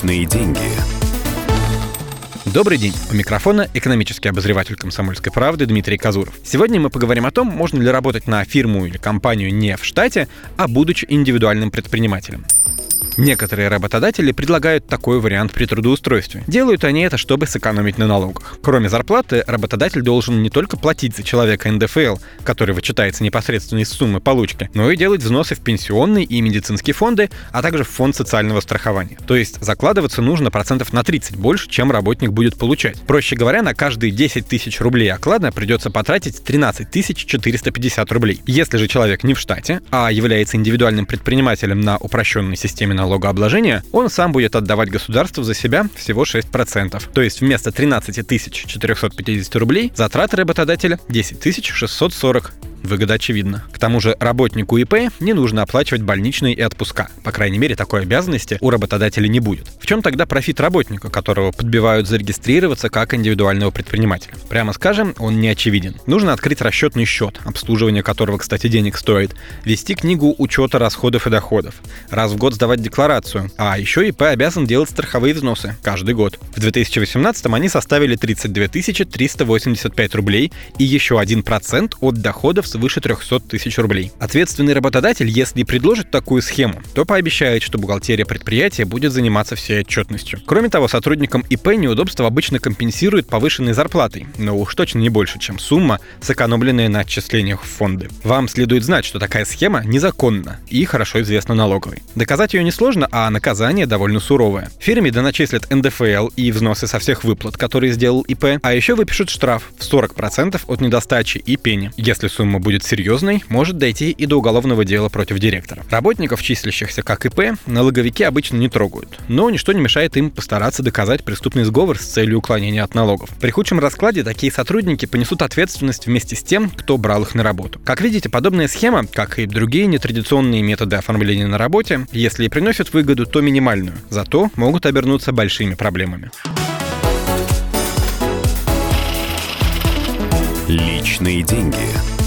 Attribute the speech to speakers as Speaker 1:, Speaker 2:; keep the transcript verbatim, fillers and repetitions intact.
Speaker 1: Личные деньги.
Speaker 2: Добрый день. У микрофона экономический обозреватель «Комсомольской правды» Дмитрий Казуров. Сегодня мы поговорим о том, можно ли работать на фирму или компанию не в штате, а будучи индивидуальным предпринимателем. Некоторые работодатели предлагают такой вариант при трудоустройстве. Делают они это, чтобы сэкономить на налогах. Кроме зарплаты, работодатель должен не только платить за человека эн дэ эф эл, который вычитается непосредственно из суммы получки, но и делать взносы в пенсионные и медицинские фонды, а также в фонд социального страхования. То есть закладываться нужно процентов на тридцать больше, чем работник будет получать. Проще говоря, на каждые десять тысяч рублей оклада придется потратить тринадцать тысяч четыреста пятьдесят рублей. Если же человек не в штате, а является индивидуальным предпринимателем на упрощенной системе налогообложения, он сам будет отдавать государству за себя всего шесть процентов. То есть вместо тринадцать тысяч четыреста пятьдесят рублей затраты работодателя десять тысяч шестьсот сорок. Выгода очевидна. К тому же работнику и пэ не нужно оплачивать больничные и отпуска. По крайней мере, такой обязанности у работодателя не будет. В чем тогда профит работника, которого подбивают зарегистрироваться как индивидуального предпринимателя? Прямо скажем, он не очевиден. Нужно открыть расчетный счет, обслуживание которого, кстати, денег стоит, вести книгу учета расходов и доходов, раз в год сдавать декларацию, а еще и пэ обязан делать страховые взносы каждый год. В две тысячи восемнадцатом они составили тридцать две тысячи триста восемьдесят пять рублей и еще один процент от доходов свыше триста тысяч рублей. Ответственный работодатель, если предложит такую схему, то пообещает, что бухгалтерия предприятия будет заниматься всей отчетностью. Кроме того, сотрудникам и пэ неудобства обычно компенсируют повышенной зарплатой, но уж точно не больше, чем сумма, сэкономленная на отчислениях в фонды. Вам следует знать, что такая схема незаконна и хорошо известна налоговой. Доказать ее несложно, а наказание довольно суровое. Фирме доначислят эн дэ эф эл и взносы со всех выплат, которые сделал и пэ, а еще выпишут штраф в сорок процентов от недостачи и пени. Если сумма будет серьезной, может дойти и до уголовного дела против директора. Работников, числящихся как и пэ, налоговики обычно не трогают, но ничто не мешает им постараться доказать преступный сговор с целью уклонения от налогов. При худшем раскладе такие сотрудники понесут ответственность вместе с тем, кто брал их на работу. Как видите, подобная схема, как и другие нетрадиционные методы оформления на работе, если и приносят выгоду, то минимальную, зато могут обернуться большими проблемами.
Speaker 1: Личные деньги.